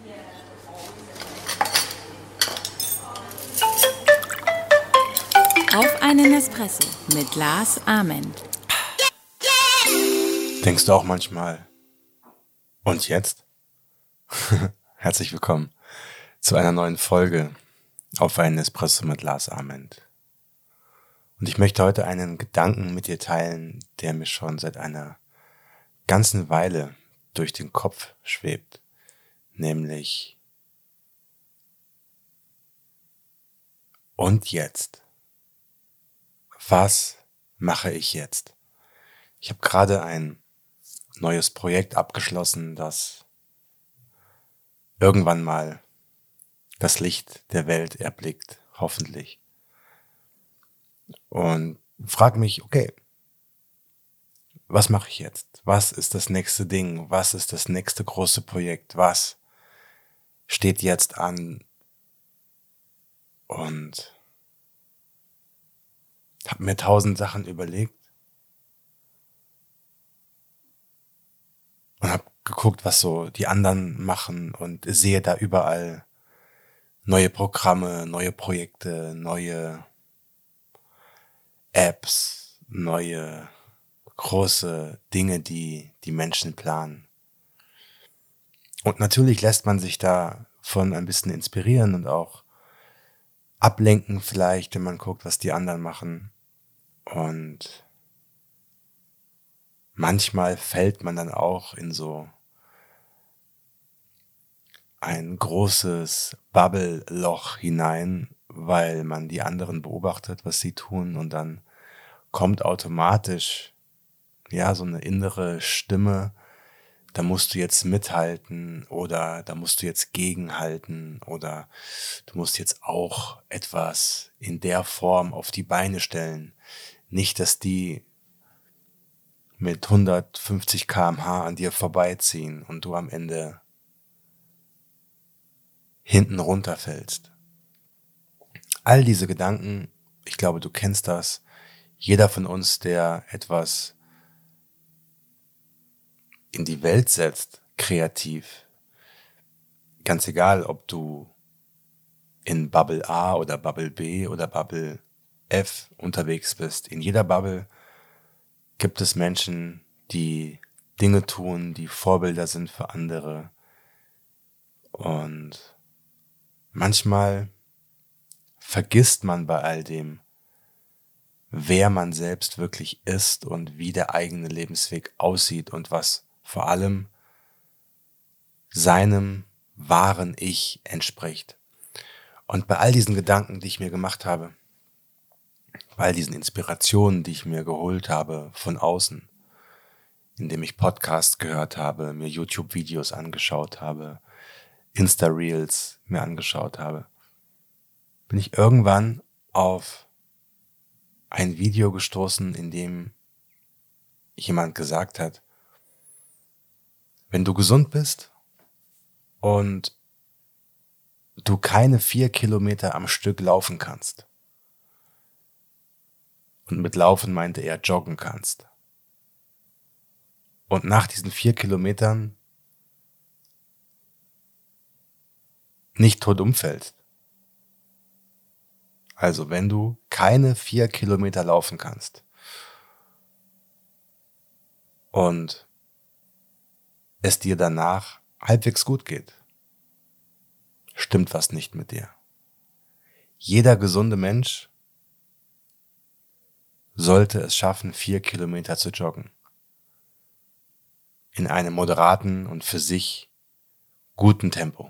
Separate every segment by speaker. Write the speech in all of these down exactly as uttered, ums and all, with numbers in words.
Speaker 1: Auf einen Espresso mit Lars Ament.
Speaker 2: Denkst du auch manchmal, und jetzt? Herzlich willkommen zu einer neuen Folge auf einen Espresso mit Lars Ament. Und ich möchte heute einen Gedanken mit dir teilen, der mir schon seit einer ganzen Weile durch den Kopf schwebt, nämlich und jetzt? Was mache ich jetzt? Ich habe gerade ein neues Projekt abgeschlossen, das irgendwann mal das Licht der Welt erblickt, hoffentlich. Und frage mich, okay, was mache ich jetzt? Was ist das nächste Ding? Was ist das nächste große Projekt? Was steht jetzt an? Und habe mir tausend Sachen überlegt und habe geguckt, was so die anderen machen und sehe da überall neue Programme, neue Projekte, neue Apps, neue große Dinge, die die Menschen planen. Und natürlich lässt man sich davon ein bisschen inspirieren und auch ablenken vielleicht, wenn man guckt, was die anderen machen. Und manchmal fällt man dann auch in so ein großes Bubble-Loch hinein, weil man die anderen beobachtet, was sie tun, und dann kommt automatisch ja so eine innere Stimme, da musst du jetzt mithalten oder da musst du jetzt gegenhalten oder du musst jetzt auch etwas in der Form auf die Beine stellen. Nicht, dass die mit hundertfünfzig Kilometer pro Stunde an dir vorbeiziehen und du am Ende hinten runterfällst. All diese Gedanken, ich glaube, du kennst das. Jeder von uns, der etwas in die Welt setzt, kreativ. Ganz egal, ob du in Bubble A oder Bubble B oder Bubble F unterwegs bist. In jeder Bubble gibt es Menschen, die Dinge tun, die Vorbilder sind für andere. Und manchmal vergisst man bei all dem, wer man selbst wirklich ist und wie der eigene Lebensweg aussieht und was vor allem seinem wahren Ich entspricht. Und bei all diesen Gedanken, die ich mir gemacht habe, bei all diesen Inspirationen, die ich mir geholt habe von außen, indem ich Podcasts gehört habe, mir YouTube-Videos angeschaut habe, Insta-Reels mir angeschaut habe, bin ich irgendwann auf ein Video gestoßen, in dem jemand gesagt hat, wenn du gesund bist und du keine vier Kilometer am Stück laufen kannst, und mit Laufen meinte er joggen kannst, und nach diesen vier Kilometern nicht tot umfällst, also wenn du keine vier Kilometer laufen kannst und es dir danach halbwegs gut geht, stimmt was nicht mit dir. Jeder gesunde Mensch sollte es schaffen, vier Kilometer zu joggen. In einem moderaten und für sich guten Tempo.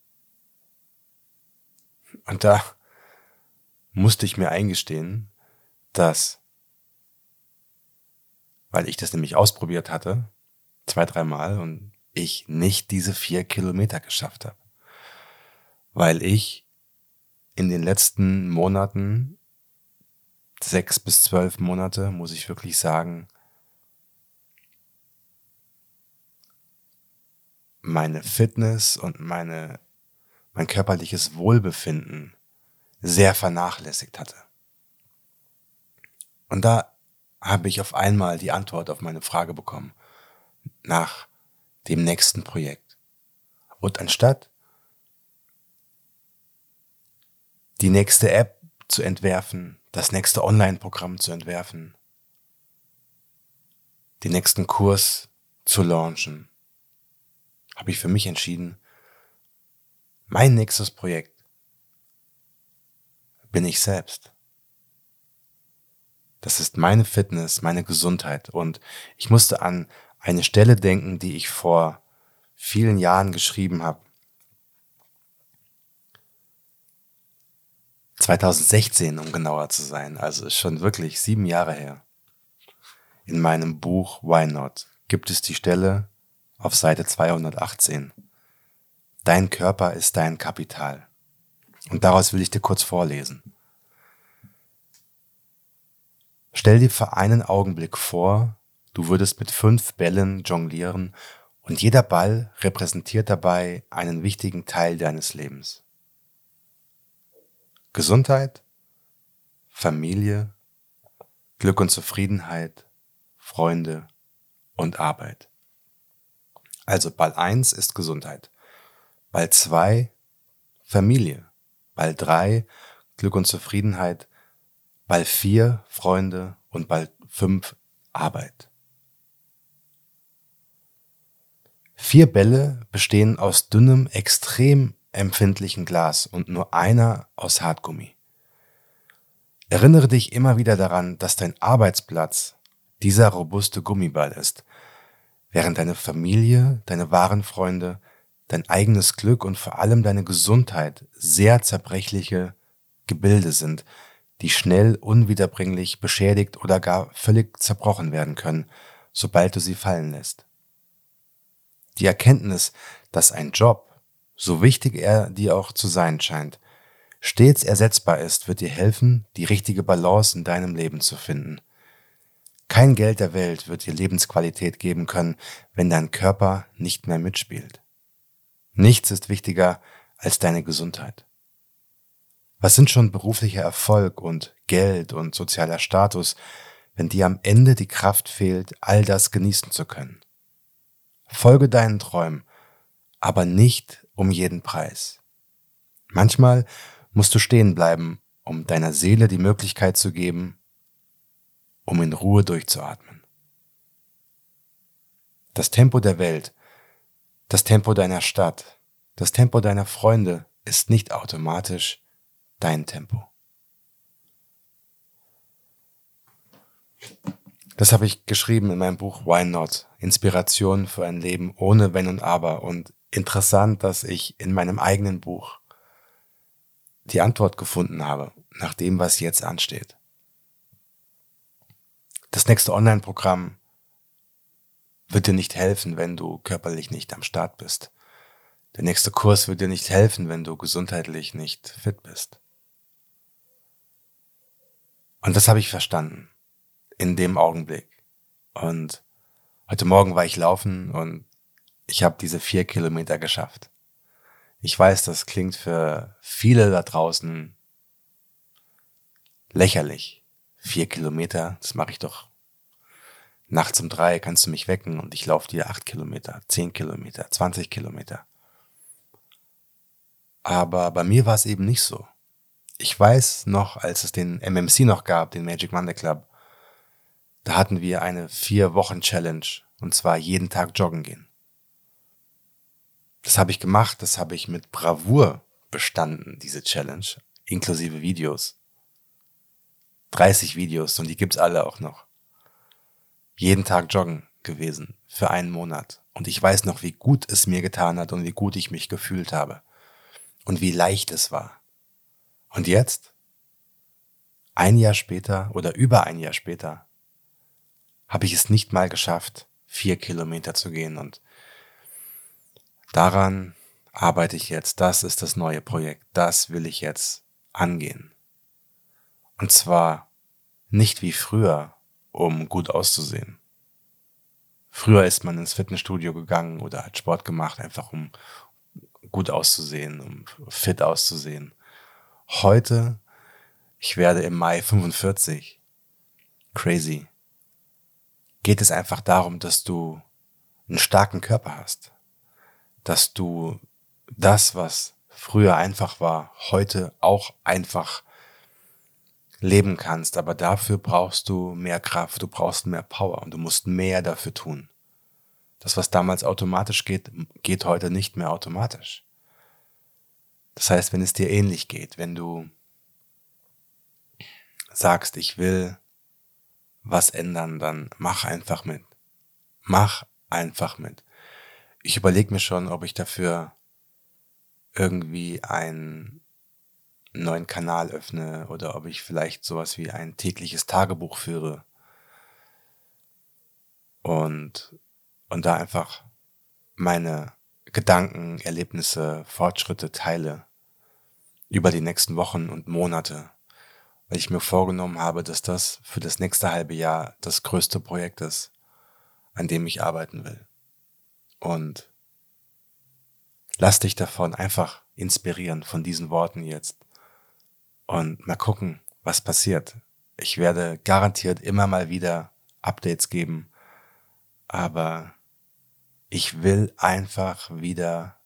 Speaker 2: Und da musste ich mir eingestehen, dass, weil ich das nämlich ausprobiert hatte, zwei, dreimal, und ich nicht diese vier Kilometer geschafft habe. Weil ich in den letzten Monaten, sechs bis zwölf Monate, muss ich wirklich sagen, meine Fitness und meine, mein körperliches Wohlbefinden sehr vernachlässigt hatte. Und da habe ich auf einmal die Antwort auf meine Frage bekommen nach dem nächsten Projekt. Und anstatt die nächste App zu entwerfen, das nächste Online-Programm zu entwerfen, den nächsten Kurs zu launchen, habe ich für mich entschieden, mein nächstes Projekt bin ich selbst. Das ist meine Fitness, meine Gesundheit. Und ich musste an eine Stelle denken, die ich vor vielen Jahren geschrieben habe. zwanzig sechzehn, um genauer zu sein. Also ist schon wirklich sieben Jahre her. In meinem Buch Why Not gibt es die Stelle auf Seite zweihundertachtzehn. Dein Körper ist dein Kapital. Und daraus will ich dir kurz vorlesen. Stell dir für einen Augenblick vor, du würdest mit fünf Bällen jonglieren und jeder Ball repräsentiert dabei einen wichtigen Teil deines Lebens. Gesundheit, Familie, Glück und Zufriedenheit, Freunde und Arbeit. Also Ball eins ist Gesundheit, Ball zwei Familie, Ball drei Glück und Zufriedenheit, Ball vier Freunde und Ball fünf Arbeit. Vier Bälle bestehen aus dünnem, extrem empfindlichen Glas und nur einer aus Hartgummi. Erinnere dich immer wieder daran, dass dein Arbeitsplatz dieser robuste Gummiball ist, während deine Familie, deine wahren Freunde, dein eigenes Glück und vor allem deine Gesundheit sehr zerbrechliche Gebilde sind, die schnell unwiederbringlich beschädigt oder gar völlig zerbrochen werden können, sobald du sie fallen lässt. Die Erkenntnis, dass ein Job, so wichtig er dir auch zu sein scheint, stets ersetzbar ist, wird dir helfen, die richtige Balance in deinem Leben zu finden. Kein Geld der Welt wird dir Lebensqualität geben können, wenn dein Körper nicht mehr mitspielt. Nichts ist wichtiger als deine Gesundheit. Was sind schon beruflicher Erfolg und Geld und sozialer Status, wenn dir am Ende die Kraft fehlt, all das genießen zu können? Folge deinen Träumen, aber nicht um jeden Preis. Manchmal musst du stehen bleiben, um deiner Seele die Möglichkeit zu geben, um in Ruhe durchzuatmen. Das Tempo der Welt, das Tempo deiner Stadt, das Tempo deiner Freunde ist nicht automatisch dein Tempo. Das habe ich geschrieben in meinem Buch Why Not? Inspiration für ein Leben ohne Wenn und Aber. Und interessant, dass ich in meinem eigenen Buch die Antwort gefunden habe, nach dem, was jetzt ansteht. Das nächste Online-Programm wird dir nicht helfen, wenn du körperlich nicht am Start bist. Der nächste Kurs wird dir nicht helfen, wenn du gesundheitlich nicht fit bist. Und das habe ich verstanden in dem Augenblick. Und heute Morgen war ich laufen und ich habe diese vier Kilometer geschafft. Ich weiß, das klingt für viele da draußen lächerlich. Vier Kilometer, das mache ich doch. Nachts um drei kannst du mich wecken und ich laufe dir acht Kilometer, zehn Kilometer, zwanzig Kilometer. Aber bei mir war es eben nicht so. Ich weiß noch, als es den M M C noch gab, den Magic Monday Club, da hatten wir eine Vier-Wochen-Challenge und zwar jeden Tag joggen gehen. Das habe ich gemacht, das habe ich mit Bravour bestanden, diese Challenge, inklusive Videos. dreißig Videos und die gibt's alle auch noch. Jeden Tag joggen gewesen für einen Monat. Und ich weiß noch, wie gut es mir getan hat und wie gut ich mich gefühlt habe. Und wie leicht es war. Und jetzt, ein Jahr später oder über ein Jahr später, habe ich es nicht mal geschafft, vier Kilometer zu gehen. Und daran arbeite ich jetzt. Das ist das neue Projekt. Das will ich jetzt angehen. Und zwar nicht wie früher, um gut auszusehen. Früher ist man ins Fitnessstudio gegangen oder hat Sport gemacht, einfach um gut auszusehen, um fit auszusehen. Heute, ich werde im Mai fünfundvierzig, crazy, geht es einfach darum, dass du einen starken Körper hast, dass du das, was früher einfach war, heute auch einfach leben kannst. Aber dafür brauchst du mehr Kraft, du brauchst mehr Power und du musst mehr dafür tun. Das, was damals automatisch geht, geht heute nicht mehr automatisch. Das heißt, wenn es dir ähnlich geht, wenn du sagst, ich will was ändern, dann mach einfach mit. Mach einfach mit. Ich überlege mir schon, ob ich dafür irgendwie einen neuen Kanal öffne oder ob ich vielleicht sowas wie ein tägliches Tagebuch führe und, und da einfach meine Gedanken, Erlebnisse, Fortschritte teile über die nächsten Wochen und Monate, weil ich mir vorgenommen habe, dass das für das nächste halbe Jahr das größte Projekt ist, an dem ich arbeiten will. Und lass dich davon einfach inspirieren, von diesen Worten jetzt. Und mal gucken, was passiert. Ich werde garantiert immer mal wieder Updates geben, aber ich will einfach wieder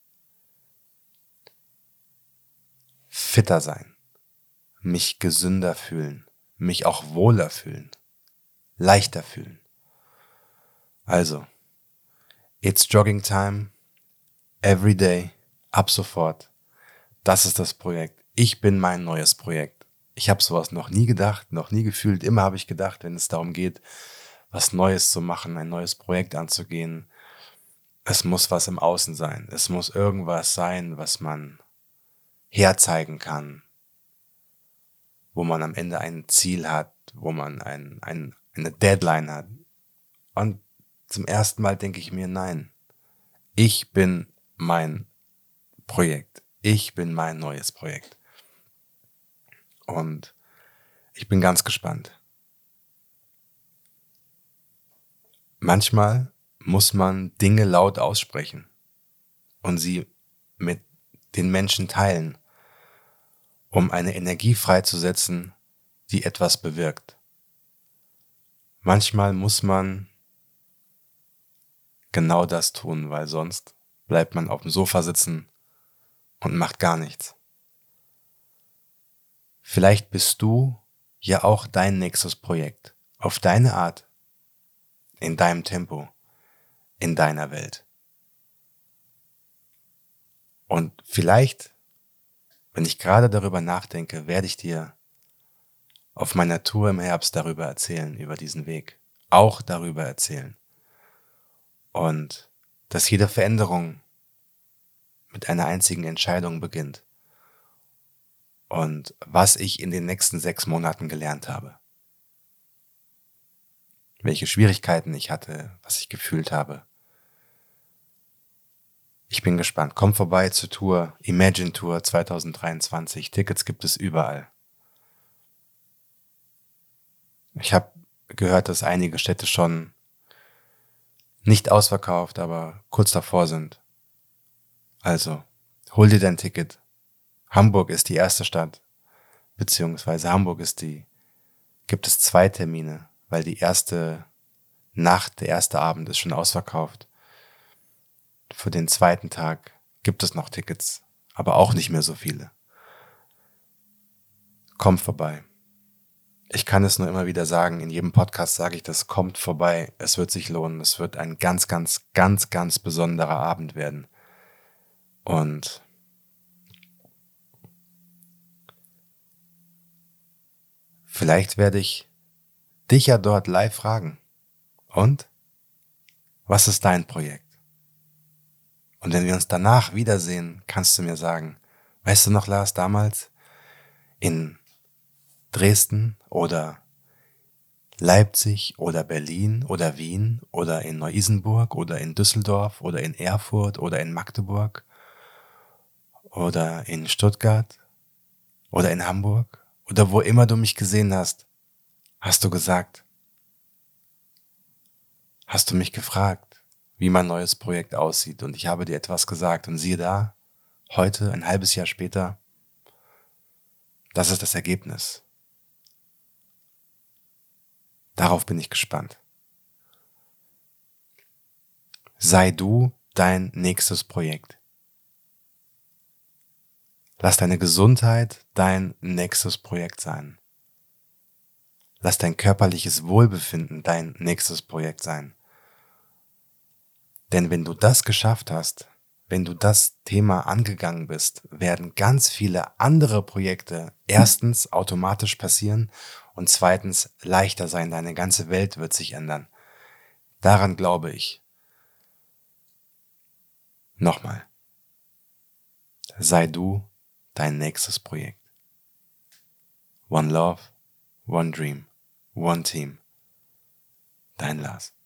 Speaker 2: fitter sein, mich gesünder fühlen, mich auch wohler fühlen, leichter fühlen. Also, it's jogging time, every day, ab sofort. Das ist das Projekt. Ich bin mein neues Projekt. Ich habe sowas noch nie gedacht, noch nie gefühlt. Immer habe ich gedacht, wenn es darum geht, was Neues zu machen, ein neues Projekt anzugehen, es muss was im Außen sein. Es muss irgendwas sein, was man herzeigen kann, wo man am Ende ein Ziel hat, wo man ein, ein, eine Deadline hat. Und zum ersten Mal denke ich mir, nein, ich bin mein Projekt. Ich bin mein neues Projekt. Und ich bin ganz gespannt. Manchmal muss man Dinge laut aussprechen und sie mit den Menschen teilen, um eine Energie freizusetzen, die etwas bewirkt. Manchmal muss man genau das tun, weil sonst bleibt man auf dem Sofa sitzen und macht gar nichts. Vielleicht bist du ja auch dein nächstes Projekt, auf deine Art, in deinem Tempo, in deiner Welt. Und vielleicht, wenn ich gerade darüber nachdenke, werde ich dir auf meiner Tour im Herbst darüber erzählen, über diesen Weg, auch darüber erzählen. Und dass jede Veränderung mit einer einzigen Entscheidung beginnt. Und was ich in den nächsten sechs Monaten gelernt habe. Welche Schwierigkeiten ich hatte, was ich gefühlt habe. Ich bin gespannt. Komm vorbei zur Tour, Imagine Tour zwanzig dreiundzwanzig. Tickets gibt es überall. Ich habe gehört, dass einige Städte schon nicht ausverkauft, aber kurz davor sind. Also, hol dir dein Ticket. Hamburg ist die erste Stadt, beziehungsweise Hamburg ist die, gibt es zwei Termine, weil die erste Nacht, der erste Abend ist schon ausverkauft. Für den zweiten Tag gibt es noch Tickets, aber auch nicht mehr so viele. Kommt vorbei. Ich kann es nur immer wieder sagen, in jedem Podcast sage ich das, kommt vorbei, es wird sich lohnen, es wird ein ganz, ganz, ganz, ganz besonderer Abend werden. Und vielleicht werde ich dich ja dort live fragen. Und? Was ist dein Projekt? Und wenn wir uns danach wiedersehen, kannst du mir sagen, weißt du noch, Lars, damals in Dresden oder Leipzig oder Berlin oder Wien oder in Neu-Isenburg oder in Düsseldorf oder in Erfurt oder in Magdeburg oder in Stuttgart oder in Hamburg oder wo immer du mich gesehen hast, hast du gesagt, hast du mich gefragt, wie mein neues Projekt aussieht und ich habe dir etwas gesagt und siehe da, heute, ein halbes Jahr später, das ist das Ergebnis. Darauf bin ich gespannt. Sei du dein nächstes Projekt. Lass deine Gesundheit dein nächstes Projekt sein. Lass dein körperliches Wohlbefinden dein nächstes Projekt sein. Denn wenn du das geschafft hast, wenn du das Thema angegangen bist, werden ganz viele andere Projekte erstens automatisch passieren und zweitens leichter sein. Deine ganze Welt wird sich ändern. Daran glaube ich. Nochmal. Sei du dein nächstes Projekt. One Love, One Dream, One Team. Dein Lars.